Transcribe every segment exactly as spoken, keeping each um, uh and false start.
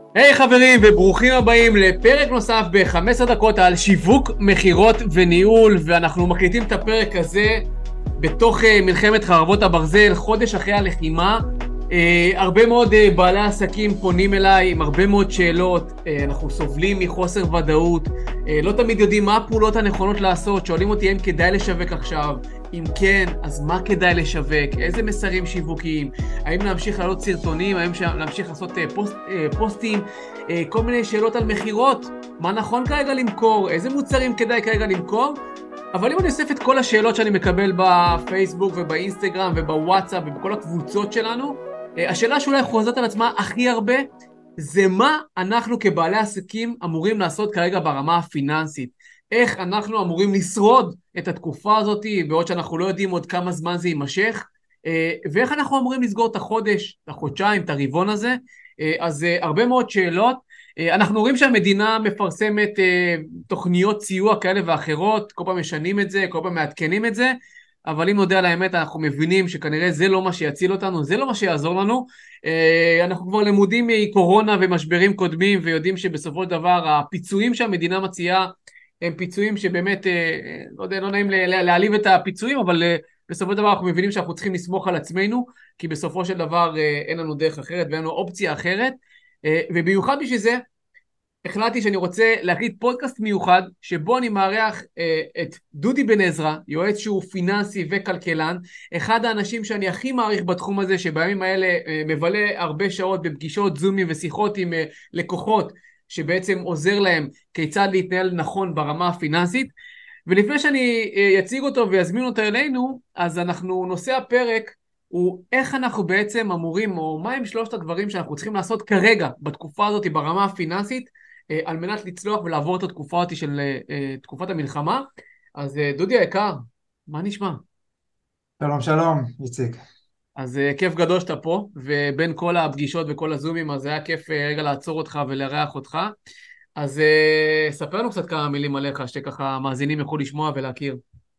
היי hey, חברים וברוכים הבאים לפרק נוסף ב-חמש עשרה דקות על שיווק, מחירות וניהול, ואנחנו מקליטים את הפרק הזה בתוך uh, מלחמת חרבות הברזל, חודש אחרי הלחימה. Uh, הרבה מאוד uh, בעלי עסקים פונים אליי עם הרבה מאוד שאלות. uh, אנחנו סובלים מחוסר ודאות, uh, לא תמיד יודעים מה הפעולות הנכונות לעשות, שואלים אותי אם כדאי לשווק עכשיו, אם כן, אז מה כדאי לשווק, איזה מסרים שיווקיים, האם להמשיך לעלות סרטונים, האם להמשיך לעשות uh, פוסט, uh, פוסטים, uh, כל מיני שאלות על מחירות, מה נכון כרגע למכור, איזה מוצרים כדאי כרגע למכור. אבל אם אני אוסף את כל השאלות שאני מקבל בפייסבוק ובאינסטגרם ובוואטסאפ ובכל הקבוצות שלנו, השאלה שאולי חוזרת על עצמה הכי הרבה, זה מה אנחנו כבעלי עסקים אמורים לעשות כרגע ברמה הפיננסית. איך אנחנו אמורים לשרוד את התקופה הזאת, בעוד שאנחנו לא יודעים עוד כמה זמן זה יימשך, ואיך אנחנו אמורים לסגור את החודש, את החודשיים, את הרבעון הזה. אז הרבה מאוד שאלות. אנחנו רואים שהמדינה מפרסמת תוכניות סיוע כאלה ואחרות, כל פעם משנים את זה, כל פעם מעדכנים את זה, אבל אם נודע על האמת, אנחנו מבינים שכנראה זה לא מה שיציל אותנו, זה לא מה שיעזור לנו. אנחנו כבר למודים מקורונה ומשברים קודמים, ויודעים שבסופו של דבר הפיצויים שהמדינה מציעה, הם פיצויים שבאמת, לא יודע, לא נעים להעליב את הפיצויים, אבל בסופו של דבר אנחנו מבינים שאנחנו צריכים לסמוך על עצמנו, כי בסופו של דבר אין לנו דרך אחרת ואין לנו אופציה אחרת. ובמיוחד בשביל זה, החלטתי שאני רוצה להקליט פודקאסט מיוחד, שבו אני מארח אה, את דודי בן עזרא, יועץ שהוא פיננסי וכלכלן, אחד האנשים שאני הכי מעריך בתחום הזה, שבימים האלה אה, מבלה הרבה שעות בפגישות זומי ושיחות עם אה, לקוחות, שבעצם עוזר להם כיצד להתנהל נכון ברמה הפיננסית. ולפני שאני אה, יציג אותו ויזמין אותו אלינו, אז אנחנו, נושא הפרק הוא איך אנחנו בעצם אמורים, או מה הם שלושת הדברים שאנחנו צריכים לעשות כרגע, בתקופה הזאת ברמה הפיננסית, על מנת לצלוח ולעבור את התקופה הזאת של תקופת המלחמה. אז דודי היקר, מה נשמע? שלום שלום, איציק. אז כיף גדול שאתה פה, ובין כל הפגישות וכל הזומים, אז היה כיף רגע לעצור אותך ולארח אותך. אז ספר לנו קצת כמה מילים עליך, שככה מאזינים יכולו לשמוע ולהכיר.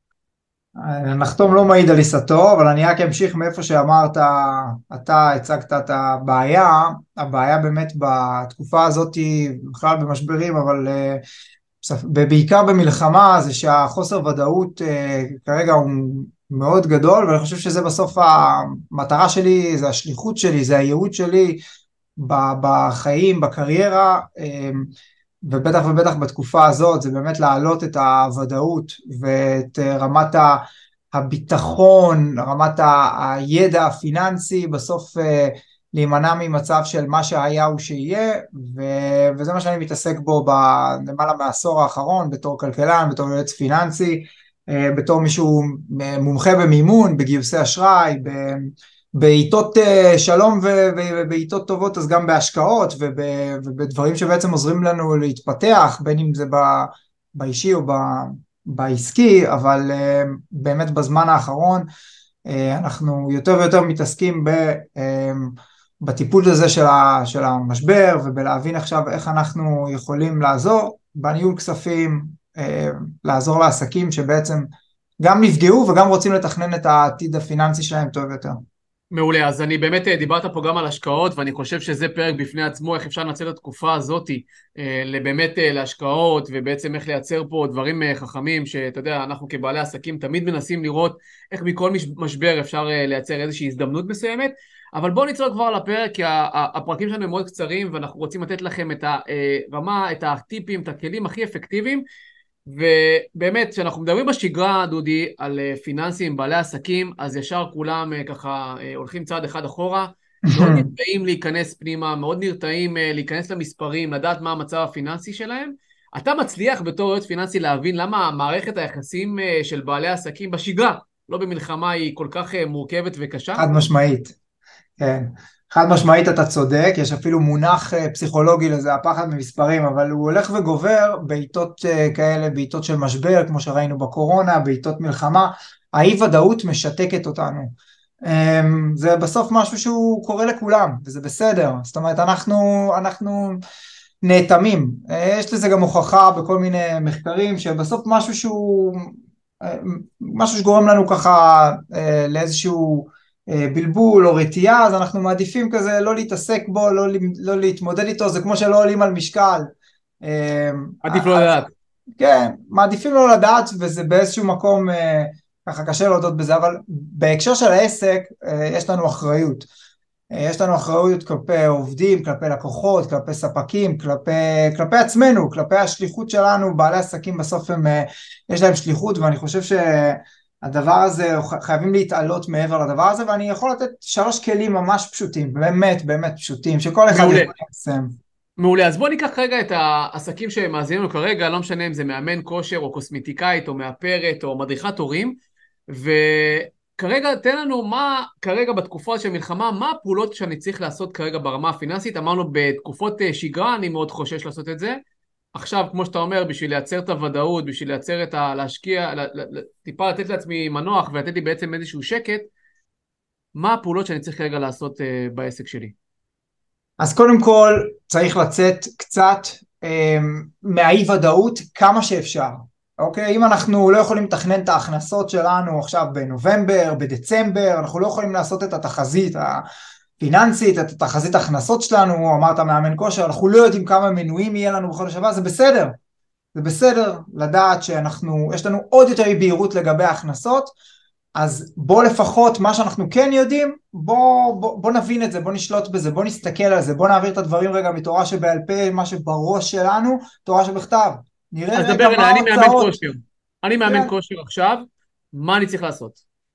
נחתום לא מעיד על עיסתו, אבל אני רק אמשיך מאיפה שאמרת, אתה הצגת את הבעיה. הבעיה באמת בתקופה הזאת, בכלל במשברים, אבל אה, בעיקר במלחמה, זה שהחוסר ודאות אה, כרגע הוא מאוד גדול, ואני חושב שזה בסוף המטרה שלי, זה השליחות שלי, זה הייעוד שלי ב- בחיים, בקריירה, אה, ובטח ובטח בתקופה הזאת, זה באמת להעלות את הוודאות ואת רמת הביטחון, רמת הידע הפיננסי, בסוף להימנע ממצב של מה שהיה הוא שיהיה, וזה מה שאני מתעסק בו בלמעלה מהעשור האחרון, בתור כלכלן, בתור יועץ פיננסי, בתור מישהו מומחה במימון, בגיוסי אשראי, בעיתות שלום ובעיתות טובות, אז גם בהשקעות ובדברים שבעצם עוזרים לנו להתפתח, בין אם זה באישי או בעסקי, אבל באמת בזמן האחרון אנחנו יותר ויותר מתעסקים בטיפול הזה של המשבר, ובלהבין עכשיו איך אנחנו יכולים לעזור בניהול כספים, לעזור לעסקים שבעצם גם נפגעו וגם רוצים לתכנן את העתיד הפיננסי שלהם טוב יותר. מעולה, אז אני באמת דיברת פה גם על השקעות, ואני חושב שזה פרק בפני עצמו, איך אפשר לנצל את התקופה הזאת באמת להשקעות, ובעצם איך לייצר פה דברים חכמים, שאתה יודע, אנחנו כבעלי עסקים תמיד מנסים לראות איך מכל משבר אפשר לייצר איזושהי הזדמנות מסוימת. אבל בואו נצלול כבר לפרק, כי הפרקים שלנו הם מאוד קצרים, ואנחנו רוצים לתת לכם את הרמה, את הטיפים, את הכלים הכי אפקטיביים. ובאמת, כשאנחנו מדברים בשגרה, דודי, על פיננסים, בעלי עסקים, אז ישר כולם ככה הולכים צעד אחד אחורה, מאוד נרתעים להיכנס פנימה, מאוד נרתעים להיכנס למספרים, לדעת מה המצב הפיננסי שלהם. אתה מצליח בתור יועץ פיננסי להבין למה מערכת היחסים של בעלי עסקים בשגרה, לא במלחמה, היא כל כך מורכבת וקשה? חד משמעית, כן. חד משמעית אתה צודק, יש אפילו מונח פסיכולוגי לזה, הפחד ממספרים, אבל הוא הולך וגובר בעיתות כאלה, בעיתות של משבר, כמו שראינו בקורונה, בעיתות מלחמה, האי ודאות משתקת אותנו. זה בסוף משהו שהוא קורה לכולם, וזה בסדר. זאת אומרת, אנחנו, אנחנו נאטמים. יש לזה גם הוכחה בכל מיני מחקרים, שבסוף משהו שהוא, משהו שגורם לנו ככה לאיזשהו בלבול או רתיעה, אז אנחנו מעדיפים כזה לא להתעסק בו, לא, לא להתמודד איתו, זה כמו שלא עולים על משקל. עדיף לא אז לדעת. כן, מעדיפים לא לדעת, וזה באיזשהו מקום ככה קשה להודות בזה, אבל בהקשר של העסק יש לנו אחריות. יש לנו אחריות כלפי עובדים, כלפי לקוחות, כלפי ספקים, כלפי, כלפי עצמנו, כלפי השליחות שלנו. בעלי עסקים בסוף הם, יש להם שליחות, ואני חושב שהדבר הזה, חייבים להתעלות מעבר לדבר הזה, ואני יכול לתת שלוש כלים ממש פשוטים, באמת באמת פשוטים, שכל אחד יכול ליישם. מעולה, אז בוא ניקח כרגע את העסקים שמאזינים לנו כרגע, לא משנה אם זה מאמן כושר או קוסמטיקאית או מאפרת או מדריכת הורים, וכרגע תן לנו מה כרגע בתקופה של מלחמה, מה הפעולות שאני צריך לעשות כרגע ברמה הפיננסית. אמרנו בתקופות שגרה אני מאוד חושש לעשות את זה, עכשיו כמו שאתה אומר, בשביל לייצר את הוודאות, בשביל לייצר את ה... להשקיע, טיפה לתת לעצמי מנוח ולתת לי בעצם איזשהו שקט, מה הפעולות שאני צריך כרגע לעשות בעסק שלי? אז קודם כל צריך לצאת קצת אה, מהאי ודאות כמה שאפשר, אוקיי? אם אנחנו לא יכולים לתכנן את ההכנסות שלנו עכשיו בנובמבר, בדצמבר, אנחנו לא יכולים לעשות את התחזית הפיננסית, את התחזית ההכנסות שלנו, אמרת מאמן כושר, אנחנו לא יודעים כמה מנויים יהיה לנו בחודש הבא, זה בסדר, זה בסדר לדעת שאנחנו, יש לנו עוד יותר אי בהירות לגבי ההכנסות, אז בוא לפחות מה שאנחנו כן יודעים, בוא, בוא, בוא נבין את זה, בוא נשלוט בזה, בוא נסתכל על זה, בוא נעביר את הדברים רגע מתורה שבעל פה, מה שבראש שלנו, תורה שבכתב. נראה אז רגע דבר מה אליי, אני מאמן ההוצאות. כושר. אני מאמן כן. כושר עכשיו, מה אני צריך לעשות?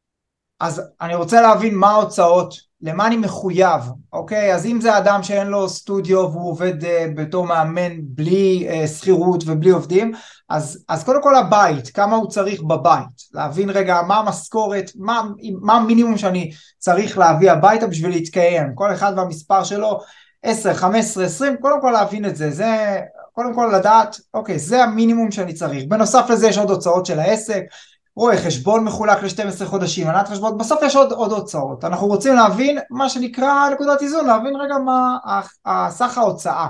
אז אני רוצה להבין מה ההוצאות, למה אני מחויב, אוקיי? אז אם זה אדם שאין לו סטודיו והוא עובד uh, בתור מאמן בלי uh, שכירות ובלי עובדים, אז, אז קודם כל הבית, כמה הוא צריך בבית, להבין רגע מה המשכורת, מה, מה המינימום שאני צריך להביא הביתה בשביל להתקיים, כל אחד והמספר שלו, עשר, חמש עשרה, עשרים, קודם כל להבין את זה, זה קודם כל לדעת, אוקיי, זה המינימום שאני צריך. בנוסף לזה יש עוד הוצאות של העסק, רואה חשבון מחולק ל-שנים עשר חודשים, ענת חשבון, בסוף יש עוד, עוד הוצאות. אנחנו רוצים להבין מה שנקרא נקודת איזון, להבין רגע מה הסך ההוצאה.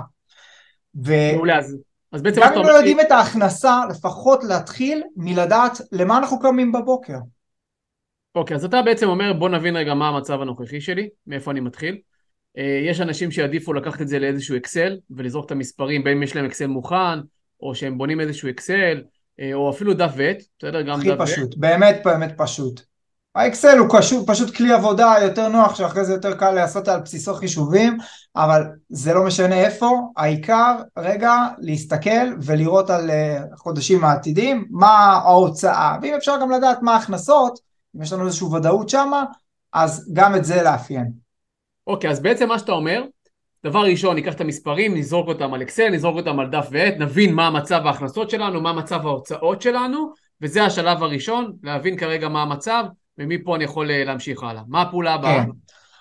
מעולה, אז, אז בעצם גם אם לא לי... יודעים את ההכנסה, לפחות להתחיל מלדעת למה אנחנו קמים בבוקר. אוקיי, אז אתה בעצם אומר, בוא נבין רגע מה המצב הנוכחי שלי, מאיפה אני מתחיל. יש אנשים שיעדיפו לקחת את זה לאיזשהו אקסל, ולזרוק את המספרים, בין אם יש להם אקסל מוכן, או שהם בונים איזשהו אקסל, או אפילו דף ועט, בסדר? גם הכי דף פשוט, ועט. באמת באמת פשוט. האקסל הוא קשור, פשוט כלי עבודה יותר נוח, שאחרי זה יותר קל לעשות על בסיסו חישובים, אבל זה לא משנה איפה, העיקר רגע להסתכל ולראות על חודשים העתידים, מה ההוצאה, ואם אפשר גם לדעת מה ההכנסות, אם יש לנו איזושהי ודאות שמה, אז גם את זה לאפיין. אוקיי, אז בעצם מה שאתה אומר, דבר ראשון, ניקח את המספרים, נזרוק אותם על אקסל, נזרוק אותם על דף ועט, נבין מה המצב ההכנסות שלנו, מה מצב ההוצאות שלנו, וזה השלב הראשון, להבין כרגע מה המצב, ומפה אני יכול להמשיך הלאה. מה הפעולה הבאה? כן.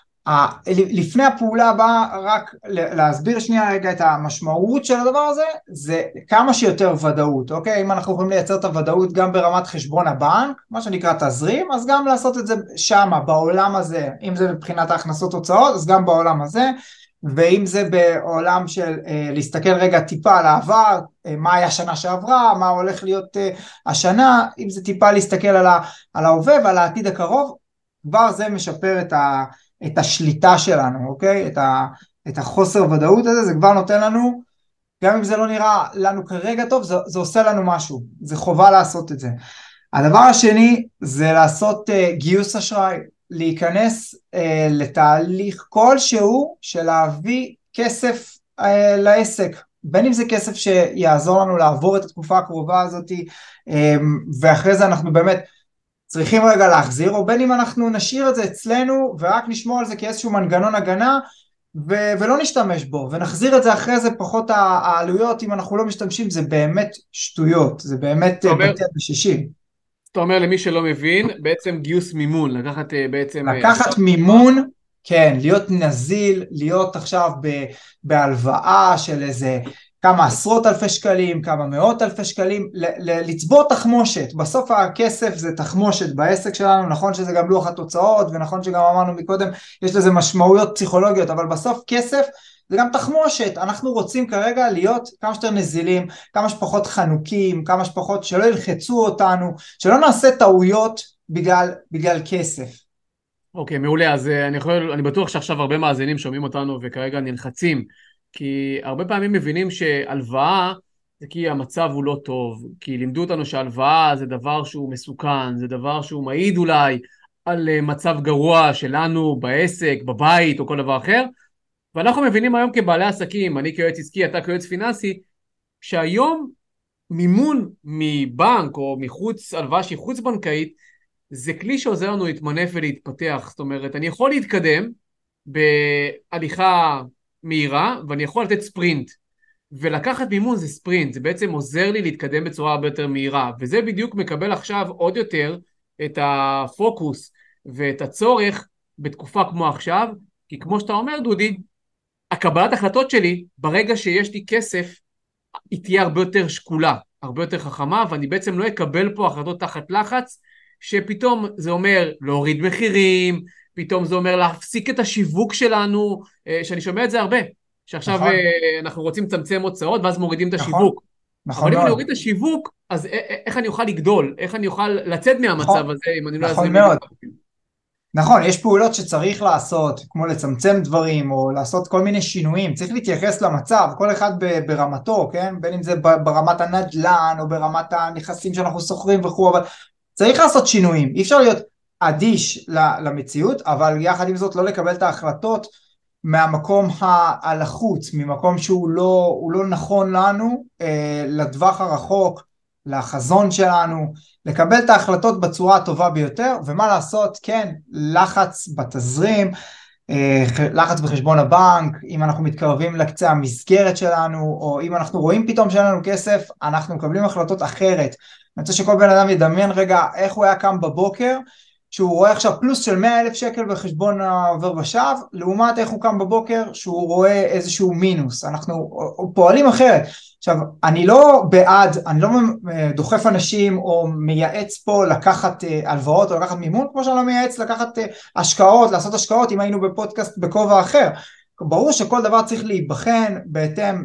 לפני הפעולה הבאה, רק להסביר שנייה רגע את המשמעות של הדבר הזה, זה כמה שיותר ודאות, אוקיי? אם אנחנו יכולים לייצר את הוודאות גם ברמת חשבון הבנק, מה שנקרא תזרים, אז גם לעשות את זה שמה, בעולם הזה, אם זה מבחינת ההכנסות הוצאות, אז גם בעולם הזה, ואם זה בעולם של אה, להסתכל רגע טיפה על העבר, אה, מה היה השנה שעברה, מה הולך להיות אה, השנה, אם זה טיפה להסתכל על, ה, על ההווה ועל העתיד הקרוב, כבר זה משפר את, ה, את השליטה שלנו, אוקיי? את, ה, את החוסר ודאות הזה, זה כבר נותן לנו, גם אם זה לא נראה לנו כרגע טוב, זה, זה עושה לנו משהו, זה חובה לעשות את זה. הדבר השני זה לעשות אה, גיוס אשראי, להיכנס אה, לתהליך כלשהו של להביא כסף אה, לעסק, בין אם זה כסף שיעזור לנו לעבור את התקופה הקרובה הזאת, אה, ואחרי זה אנחנו באמת צריכים רגע להחזיר, או בין אם אנחנו נשאיר את זה אצלנו ורק נשמור על זה כאיזשהו מנגנון הגנה, ו- ולא נשתמש בו, ונחזיר את זה אחרי זה פחות העלויות, אם אנחנו לא משתמשים, זה באמת שטויות, זה באמת בטל בשישים. אתה אומר למי שלא מבין, בעצם גיוס מימון, לקחת בעצם... לקחת מימון, כן, להיות נזיל, להיות עכשיו בהלוואה של איזה כמה עשרות אלפי שקלים, כמה מאות אלפי שקלים, לצבור תחמושת, בסוף הכסף זה תחמושת בעסק שלנו, נכון שזה גם לוח התוצאות, ונכון שגם אמרנו מקודם, יש לזה משמעויות פסיכולוגיות, אבל בסוף כסף זה גם תחמושת, אנחנו רוצים כרגע להיות כמה שיותר נזילים, כמה שפחות חנוקים, כמה שפחות שלא ילחצו אותנו, שלא נעשה טעויות בגלל, בגלל כסף. אוקיי, מעולה. אז אה, אני יכול, אני בטוח שעכשיו הרבה מאזינים שומעים אותנו וכרגע נלחצים, כי הרבה פעמים מבינים שהלוואה זה כי המצב הוא לא טוב, כי לימדו אותנו שהלוואה זה דבר שהוא מסוכן, זה דבר שהוא מעיד אולי על אה, מצב גרוע שלנו בעסק, בבית או כל דבר אחר, ואנחנו מבינים היום כבעלי עסקים, אני כיועץ עסקי, אתה כיועץ פיננסי, שהיום מימון מבנק או מחוץ, הלוואה שהיא חוץ בנקאית, זה כלי שעוזר לנו להתמנף ולהתפתח. זאת אומרת, אני יכול להתקדם בהליכה מהירה, ואני יכול לתת ספרינט. ולקחת מימון זה ספרינט, זה בעצם עוזר לי להתקדם בצורה הרבה יותר מהירה. וזה בדיוק מקבל עכשיו עוד יותר את הפוקוס ואת הצורך בתקופה כמו עכשיו, כי כמו שאתה אומר, דודי, הקבלת החלטות שלי, ברגע שיש לי כסף, היא תהיה הרבה יותר שקולה, הרבה יותר חכמה, ואני בעצם לא אקבל פה החלטות תחת לחץ, שפתאום זה אומר להוריד מחירים, פתאום זה אומר להפסיק את השיווק שלנו, שאני שומע את זה הרבה, שעכשיו נכון. אנחנו רוצים לצמצם הוצאות, ואז מורידים את השיווק. נכון, אבל נכון אם אני אוריד את השיווק, אז איך אני אוכל לגדול? איך אני אוכל לצאת מהמצב נכון, הזה, אם אני לא נכון מאוד. נכון, יש פעולות שצריך לעשות, כמו לצמצם דברים, או לעשות כל מיני שינויים, צריך להתייחס למצב, כל אחד ברמתו, כן? בין אם זה ברמת הנדל"ן, או ברמת הנכסים שאנחנו שוכרים וכו', אבל צריך לעשות שינויים, אי אפשר להיות אדיש למציאות, אבל יחד עם זאת לא לקבל את ההחלטות מהמקום הלחוץ, ממקום שהוא לא, הוא לא נכון לנו, אה, לדווח הרחוק, לחזון שלנו, לקבל את ההחלטות בצורה הטובה ביותר, ומה לעשות, כן, לחץ בתזרים, אה, לחץ בחשבון הבנק, אם אנחנו מתקרבים לקצה המסגרת שלנו, או אם אנחנו רואים פתאום שאין לנו כסף, אנחנו מקבלים החלטות אחרת. אני רוצה שכל בן אדם ידמיין רגע איך הוא היה קם בבוקר, שהוא רואה עכשיו פלוס של מאה אלף שקל בחשבון העובר ושב, לעומת איך הוא קם בבוקר שהוא רואה איזשהו מינוס. אנחנו פועלים אחרת. עכשיו, אני לא בעד, אני לא דוחף אנשים או מייעץ פה לקחת הלוואות או לקחת מימון, כמו שאני לא מייעץ לקחת השקעות, לעשות השקעות אם היינו בפודקאסט בכובע אחר. ברור שכל דבר צריך להיבחן בהתאם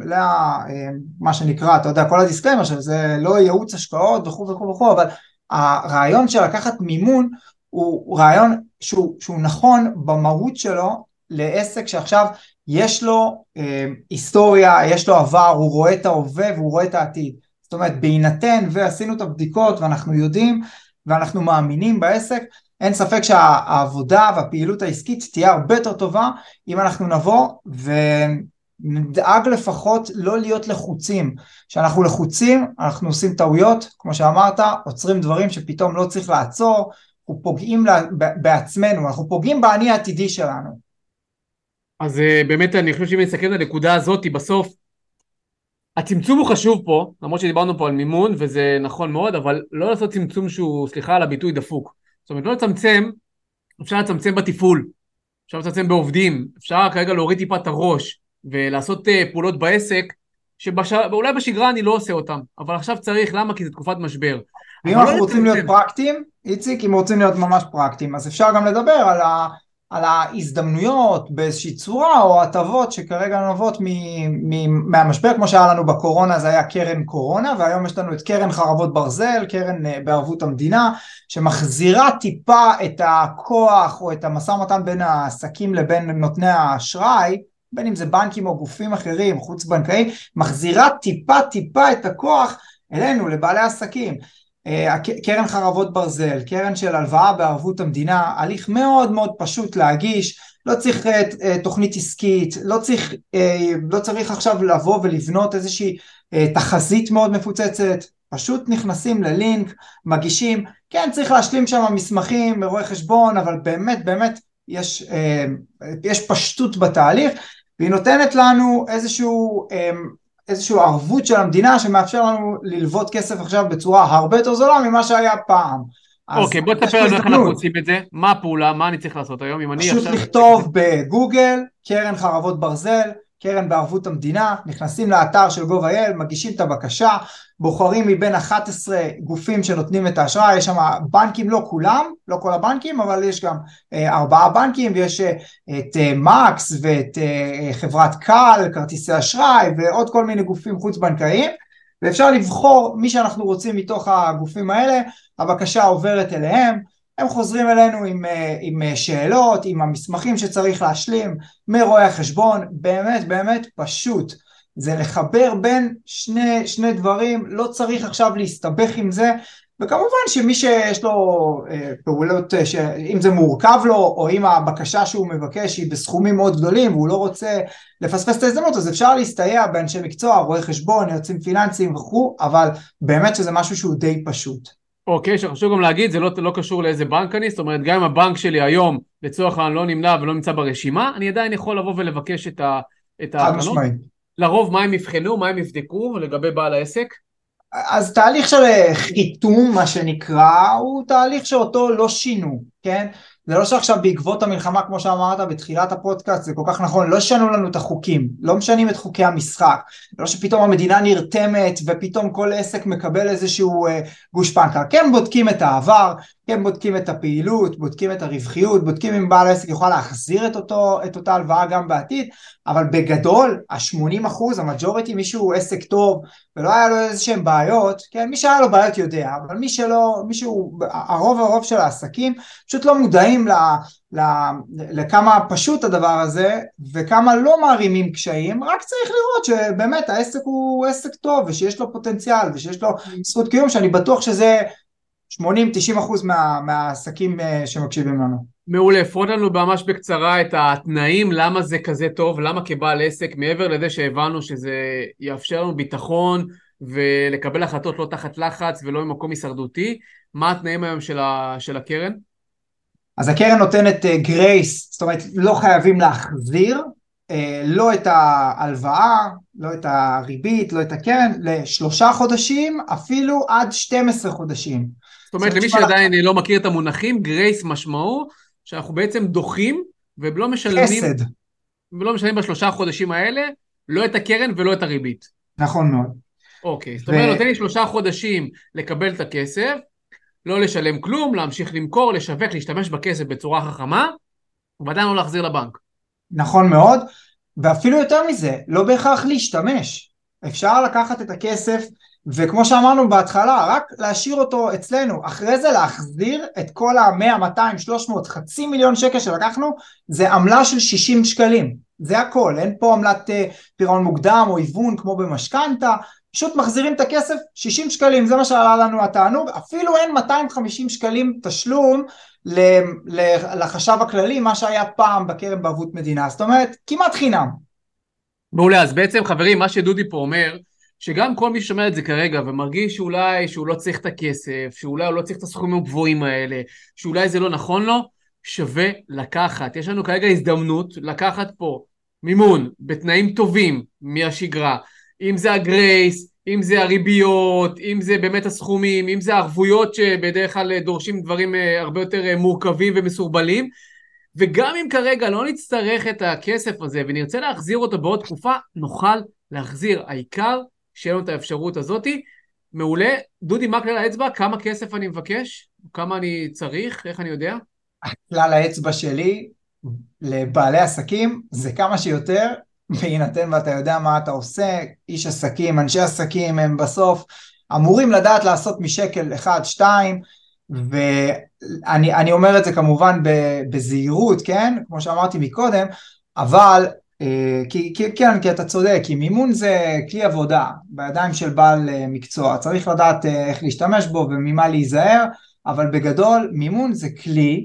למה שנקרא, אתה יודע, כל הדיסקליימר שזה לא ייעוץ השקעות וכו' וכו' וכו', אבל הרעיון של לקחת מימון הוא רעיון שהוא, שהוא נכון במהות שלו לעסק שעכשיו יש לו אה, היסטוריה, יש לו עבר, הוא רואה את ההווה והוא רואה את העתיד. זאת אומרת, בהינתן ועשינו את הבדיקות ואנחנו יודעים ואנחנו מאמינים בעסק, אין ספק שהעבודה והפעילות העסקית תהיה הרבה יותר טובה אם אנחנו נבוא ונדאג לפחות לא להיות לחוצים. כשאנחנו לחוצים, אנחנו עושים טעויות, כמו שאמרת, עוצרים דברים שפתאום לא צריך לעצור, אנחנו פוגעים בעצמנו, אנחנו פוגעים בעני העתידי שלנו. אז באמת אני חושב שאם נסתכל על הנקודה הזאת, בסוף הצמצום הוא חשוב פה, למרות שדיברנו פה על מימון וזה נכון מאוד, אבל לא לעשות צמצום שהוא, סליחה על הביטוי, דפוק. זאת אומרת, לא לצמצם, אפשר לצמצם בתפעול, אפשר לצמצם בעובדים, אפשר כרגע להוריד טיפה את הראש ולעשות פעולות בעסק, שאולי בשגרה אני לא עושה אותם, אבל עכשיו צריך, למה? כי זה תקופת משבר. ואם אנחנו רוצים להיות פרקטיים, איציק, אם רוצים להיות ממש פרקטיים, אז אפשר גם לדבר על, ה, על ההזדמנויות באיזושהי צורה, או הטבות שכרגע נובעות מ, מ, מהמשבר, כמו שהיה לנו בקורונה, זה היה קרן קורונה, והיום יש לנו את קרן חרבות ברזל, קרן בערבות המדינה, שמחזירה טיפה את הכוח, או את המשא ומתן בין העסקים לבין נותני האשראי, בין אם זה בנקים או גופים אחרים, חוץ בנקאי, מחזירה טיפה טיפה את הכוח אלינו, לבעלי עסקים. קרן חרבות ברזל, קרן של הלוואה בערבות המדינה, הליך מאוד מאוד פשוט להגיש, לא צריך תוכנית עסקית, לא צריך, לא צריך עכשיו לבוא ולבנות איזושהי תחזית מאוד מפוצצת, פשוט נכנסים ללינק, מגישים, כן צריך להשלים שם מסמכים, מרואי חשבון, אבל באמת באמת יש, יש פשטות בתהליך, והיא נותנת לנו איזשהו איזושהי ערבות של המדינה שמאפשר לנו ללוות כסף עכשיו בצורה הרבה יותר זולה ממה שהיה פעם. אוקיי, בוא תספר לנו איך אנחנו עושים את זה, מה הפעולה, מה אני צריך לעשות היום? פשוט לכתוב בגוגל, קרן חרבות ברזל, קרן בערבות המדינה, נכנסים לאתר של גוב.איי.אל, מגישים את הבקשה, בוחרים מבין אחת עשרה גופים שנותנים את האשראי, יש שם בנקים, לא כולם, לא כל הבנקים, אבל יש גם אה, ארבעה בנקים, ויש אה, את אה, מקס ואת אה, חברת קל, כרטיסי אשראי, ועוד כל מיני גופים חוץ בנקאיים, ואפשר לבחור מי שאנחנו רוצים מתוך הגופים האלה, הבקשה עוברת אליהם, הם חוזרים אלינו עם, עם שאלות, עם המסמכים שצריך להשלים, מרואי החשבון, באמת באמת פשוט. זה לחבר בין שני, שני דברים, לא צריך עכשיו להסתבך עם זה, וכמובן שמי שיש לו פעולות, אם זה מורכב לו, או אם הבקשה שהוא מבקש היא בסכומים מאוד גדולים, והוא לא רוצה לפספס את ההזדמנות, אז אפשר להסתייע באנשי מקצוע, רואי חשבון, יועצים פיננסיים וכו', אבל באמת שזה משהו שהוא די פשוט. אוקיי, שחשוב גם להגיד, זה לא, לא קשור לאיזה בנק אני, זאת אומרת, גם אם הבנק שלי היום, לצורך העניין לא נמנה ולא נמצא ברשימה, אני עדיין יכול לבוא ולבקש את ה, את חד ההקרנות. משמעית. לרוב, מה הם יבחנו, מה הם יבדקו לגבי בעל העסק? אז תהליך של חיתום, מה שנקרא, הוא תהליך שאותו לא שינו, כן? זה לא שעכשיו בעקבות המלחמה, כמו שאמרת בתחילת הפודקאסט, זה כל כך נכון, לא שנו לנו את החוקים, לא משנים את חוקי המשחק, לא שפתאום המדינה נרתמת, ופתאום כל עסק מקבל איזשהו אה, גושפנקה, כן בודקים את העבר, כן בודקים את הפעילות, בודקים את הרווחיות, בודקים אם בעל העסק יוכל להחזיר את, אותו, את אותה הלוואה גם בעתיד, אבל בגדול, ה-שמונים אחוז, המג'וריטי, מישהו עסק טוב, ולא היה לו איזשהם בעיות, כן, מי שהיה לו בעיות יודע, אבל מי שלא, מישהו, הרוב הרוב של העסקים, פשוט לא מודעים ל, ל, לכמה פשוט הדבר הזה, וכמה לא מערימים קשיים, רק צריך לראות שבאמת העסק הוא עסק טוב, ושיש לו פוטנציאל, ושיש לו זכות קיום, שאני בטוח שזה שמונים עד תשעים אחוז מה, מהעסקים שמקשיבים לנו. מעולה, פרוט לנו ממש בקצרה את התנאים, למה זה כזה טוב, למה כבעל עסק, מעבר לזה שהבנו שזה יאפשר לנו ביטחון, ולקבל החלטות לא תחת לחץ ולא ממקום הישרדותי, מה התנאים היום של, ה, של הקרן? אז הקרן נותנת גרייס, זאת אומרת לא חייבים להחזיר, לא את ההלוואה, לא את הריבית, לא את הקרן, לשלושה חודשים, אפילו עד שנים עשר חודשים. זאת אומרת, למי שעדיין לא מכיר את המונחים, גרייס משמעו, שאנחנו בעצם דוחים, ולא משלמים, חסד. ולא משלמים בשלושה חודשים האלה, לא את הקרן ולא את הריבית. נכון מאוד. אוקיי, זאת אומרת, נותן לי שלושה חודשים לקבל את הכסף, לא לשלם כלום, להמשיך למכור, לשווק, להשתמש בכסף בצורה חכמה, ועדיין לא להחזיר לבנק. נכון מאוד, ואפילו יותר מזה, לא בהכרח להשתמש. אפשר לקחת את הכסף, וכמו שאמרנו בהתחלה, רק להשאיר אותו אצלנו, אחרי זה להחזיר את כל ה-מאה, מאתיים, שלוש מאות, חצי מיליון שקל שלקחנו, זה עמלה של שישים שקלים, זה הכל, אין פה עמלת פירעון מוקדם או היוון כמו במשכנתה, פשוט מחזירים את הכסף, שישים שקלים, זה מה שעלה לנו התענוג, אפילו אין מאתיים וחמישים שקלים תשלום לחשב הכללי, מה שהיה פעם בקרן בערבות מדינה, זאת אומרת, כמעט חינם. מעולה, אז בעצם חברים, מה שדודי פה אומר, שגם כל מי ששומע את זה כרגע, ומרגיש שאולי שהוא לא צריך את הכסף, שאולי הוא לא צריך את הסכומים הגבוהים האלה, שאולי זה לא נכון לו, שווה לקחת. יש לנו כרגע הזדמנות לקחת פה מימון בתנאים טובים מהשגרה, אם זה הגרייס, אם זה הריביות, אם זה באמת הסכומים, אם זה הערבויות שבדרך כלל דורשים דברים הרבה יותר מורכבים ומסורבלים, וגם אם כרגע לא נצטרך את הכסף הזה ונרצה להחזיר אותו בעוד תקופה, נוכל להחזיר. העיקר שיהיה לנו את האפשרות הזאת. מעולה. דודי, מה כלל האצבע? כמה כסף אני מבקש? כמה אני צריך? איך אני יודע? כלל האצבע שלי לבעלי עסקים זה כמה שיותר, בהינתן ואתה יודע מה אתה עושה, איש עסקים, אנשי עסקים הם בסוף אמורים לדעת לעשות משקל אחד, שתיים, ואני אני אומר את זה כמובן בזהירות, כן? כמו שאמרתי מקודם, אבל כי, כי, כן, כי אתה צודק, כי מימון זה כלי עבודה בידיים של בעל מקצוע, צריך לדעת איך להשתמש בו וממה להיזהר, אבל בגדול מימון זה כלי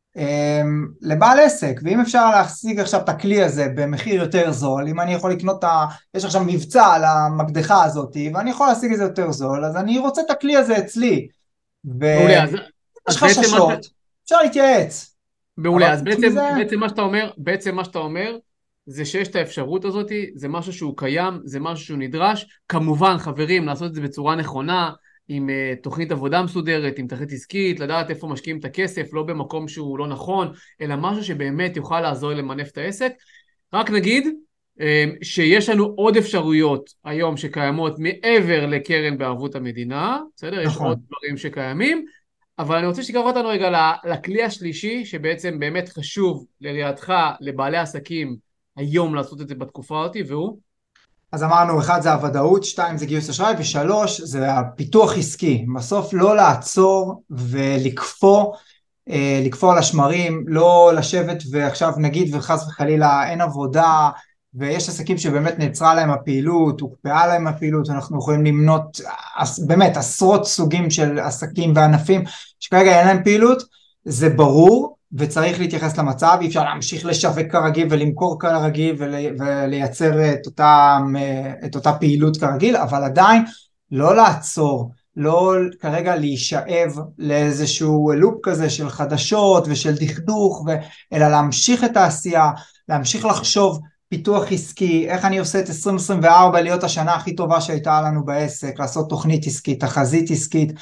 לבעל עסק, ואם אפשר להשיג עכשיו את הכלי הזה במחיר יותר זול, אם אני יכול לקנות את ה... יש עכשיו מבצע על המקדחה הזאת, ואני יכול להשיג את זה יותר זול, אז אני רוצה את הכלי הזה אצלי. מעולה, אז, יש חששות, אפשר להתייעץ. מעולה, אז בעצם, זה... בעצם מה שאתה אומר, בעצם מה שאתה אומר, זה שיש את האפשרות הזאת, זה משהו שהוא קיים, זה משהו שהוא נדרש, כמובן חברים, לעשות את זה בצורה נכונה, עם uh, תוכנית עבודה מסודרת, עם תכנית עסקית, לדעת איפה משקיעים את הכסף, לא במקום שהוא לא נכון, אלא משהו שבאמת יוכל לעזור למנף את העסק. רק נגיד uh, שיש לנו עוד אפשרויות היום שקיימות מעבר לקרן בערבות המדינה, בסדר? נכון. יש עוד דברים שקיימים, אבל אני רוצה שתיקח אותנו רגע לכלי השלישי, שבעצם באמת חשוב לראייתך, לבעלי עסקים, היום לעשות את זה בתקופה הזאת, והוא? אז אמרנו, אחד זה הוודאות, שתיים זה גיוס אשראי, ושלוש זה הפיתוח עסקי. בסוף לא לעצור ולקפוא לקפוא על השמרים, לא לשבת ועכשיו נגיד וחס וחלילה אין עבודה, ויש עסקים שבאמת נעצרה להם הפעילות, הוקפאה להם הפעילות, אנחנו יכולים למנות באמת עשרות סוגים של עסקים וענפים שכרגע אין להם פעילות, זה ברור וצריך להתייחס למצב, אי אפשר להמשיך לשווק כרגיל ולמכור כרגיל ולייצר את אותה, את אותה פעילות כרגיל, אבל עדיין לא לעצור, לא כרגע להישאב לאיזשהו לופ כזה של חדשות ושל דכדוך, אלא להמשיך את העשייה, להמשיך לחשוב פיתוח עסקי, איך אני עושה את עשרים עשרים וארבע להיות השנה הכי טובה שהייתה לנו בעסק, לעשות תוכנית עסקית, תחזית עסקית,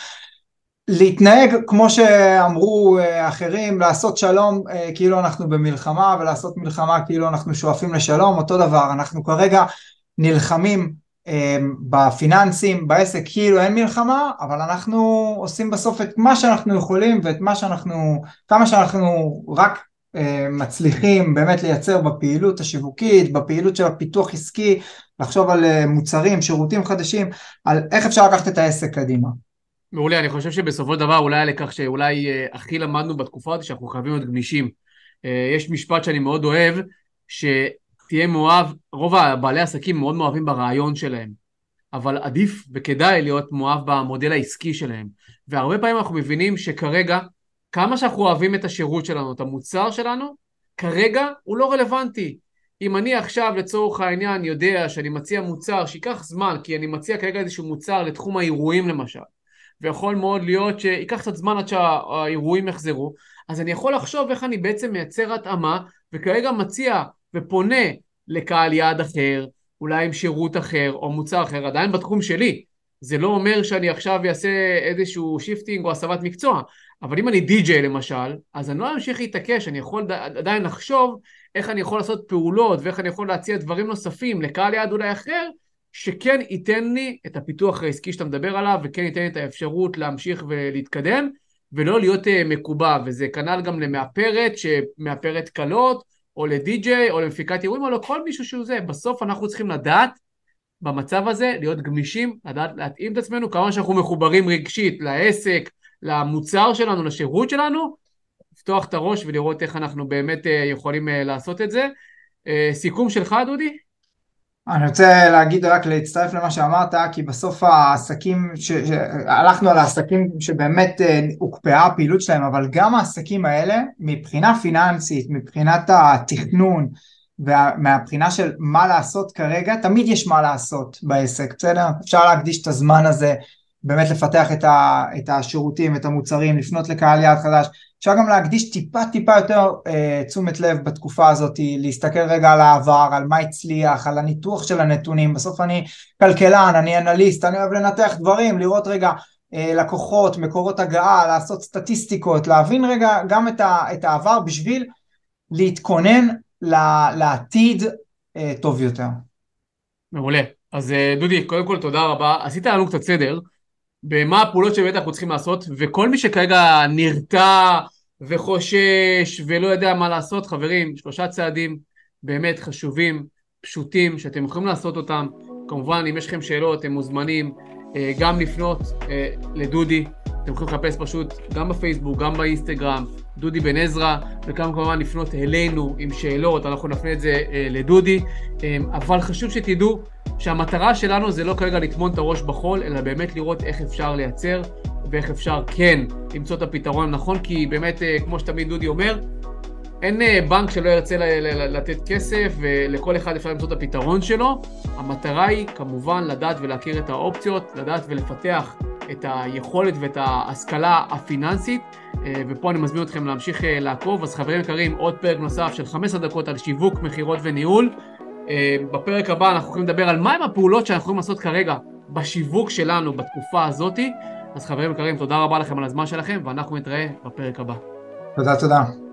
להתנהג כמו שאמרו אחרים, לעשות שלום כאילו אנחנו במלחמה, ולעשות מלחמה כאילו אנחנו שואפים לשלום, אותו דבר, אנחנו כרגע נלחמים בפיננסים, בעסק כאילו אין מלחמה, אבל אנחנו עושים בסוף את מה שאנחנו יכולים, ואת מה שאנחנו, כמה שאנחנו רק מצליחים באמת לייצר בפעילות השיווקית, בפעילות של הפיתוח עסקי, לחשוב על מוצרים, שירותים חדשים, על איך אפשר לקחת את העסק קדימה. מעולה, אני חושב שבסופו של דבר אולי הלקח שאולי הכי למדנו בתקופה הזאת, שאנחנו חייבים להיות גמישים. יש משפט שאני מאוד אוהב, שתהיה מאוהב, רוב בעלי עסקים מאוד מאוהבים ברעיון שלהם, אבל עדיף וכדאי להיות מאוהב במודל העסקי שלהם. והרבה פעמים אנחנו מבינים שכרגע, כמה שאנחנו אוהבים את השירות שלנו, את המוצר שלנו, כרגע הוא לא רלוונטי. אם אני עכשיו לצורך העניין יודע שאני מציע מוצר שיקח זמן, כי אני מציע כרגע איזשהו מוצר לתחום האירועים למשל, ויכול מאוד להיות שיקח קצת זמן עד שהאירועים יחזרו, אז אני יכול לחשוב איך אני בעצם מייצר התאמה, וכרגע מציע ופונה לקהל יעד אחר, אולי עם שירות אחר או מוצר אחר, עדיין בתחום שלי. זה לא אומר שאני עכשיו אעשה איזשהו שיפטינג או הסבת מקצוע, אבל אם אני די-ג'יי למשל, אז אני לא אמשיך להתעקש, אני יכול עדיין לחשוב איך אני יכול לעשות פעולות, ואיך אני יכול להציע דברים נוספים לקהל יעד אולי אחר, שכן ייתן לי את הפיתוח העסקי שאתה מדבר עליו, וכן ייתן לי את האפשרות להמשיך ולהתקדם, ולא להיות מקובע, וזה כנ"ל גם למאפרת, שמאפרת קלות, או לדי-ג'יי, או למפיקת אירועים, או לכל מישהו שהוא זה. בסוף אנחנו צריכים לדעת, במצב הזה, להיות גמישים, לדעת להתאים את עצמנו, כמה שאנחנו מחוברים רגשית לעסק, למוצר שלנו, לשירות שלנו, לפתוח את הראש ולראות איך אנחנו באמת יכולים לעשות את זה. סיכום שלך, דודי? אני רוצה להגיד רק להצטרף למה שאמרת, כי בסוף העסקים, ש... הלכנו על העסקים שבאמת הוקפאה הפעילות שלהם, אבל גם העסקים האלה, מבחינה פיננסית, מבחינת התכנון, ומהבחינה של מה לעשות כרגע, תמיד יש מה לעשות בעסק, בסדר? אפשר להקדיש את הזמן הזה, באמת לפתח את, ה... את השירותים, את המוצרים, לפנות לקהל יעד חדש, אפשר גם להקדיש טיפה טיפה יותר אה, תשומת לב בתקופה הזאת, להסתכל רגע על העבר, על מה הצליח, על הניתוח של הנתונים, בסוף אני כלכלן, אני אנליסט, אני אוהב לנתח דברים, לראות רגע אה, לקוחות, מקורות הגעה, לעשות סטטיסטיקות, להבין רגע גם את, ה, את העבר בשביל להתכונן לעתיד אה, טוב יותר. מעולה. אז אה, דודי, קודם כל תודה רבה, עשית לנו קצת סדר, במה הפעולות שבאמת אנחנו צריכים לעשות, וכל מי שכרגע נרתע וחושש ולא יודע מה לעשות, חברים, שלושה צעדים באמת חשובים, פשוטים, שאתם יכולים לעשות אותם. כמובן, אם יש לכם שאלות, אתם מוזמנים גם לפנות לדודי, אתם יכולים לחפש פשוט גם בפייסבוק, גם באינסטגרם, דודי בן עזרא, וגם כמובן לפנות אלינו עם שאלות, אנחנו נפנה את זה לדודי, אבל חשוב שתדעו שהמטרה שלנו זה לא כרגע לטמון את הראש בחול, אלא באמת לראות איך אפשר לייצר, ואיך אפשר כן למצוא את הפתרון הנכון, כי באמת, כמו שתמיד דודי אומר, אין בנק שלא ירצה לתת כסף, ולכל אחד אפשר למצוא את הפתרון שלו. המטרה היא כמובן לדעת ולהכיר את האופציות, לדעת ולפתח את היכולת ואת ההשכלה הפיננסית, ופה אני מזמין אתכם להמשיך לעקוב. אז חברים יקרים, עוד פרק נוסף של חמש עשרה דקות על שיווק, מחירות וניהול. בפרק הבא אנחנו יכולים לדבר על מהם הפעולות שאנחנו יכולים לעשות כרגע בשיווק שלנו בתקופה הזאת. אז חברים יקרים, תודה רבה לכם על הזמן שלכם, ואנחנו נתראה בפרק הבא. תודה, תודה.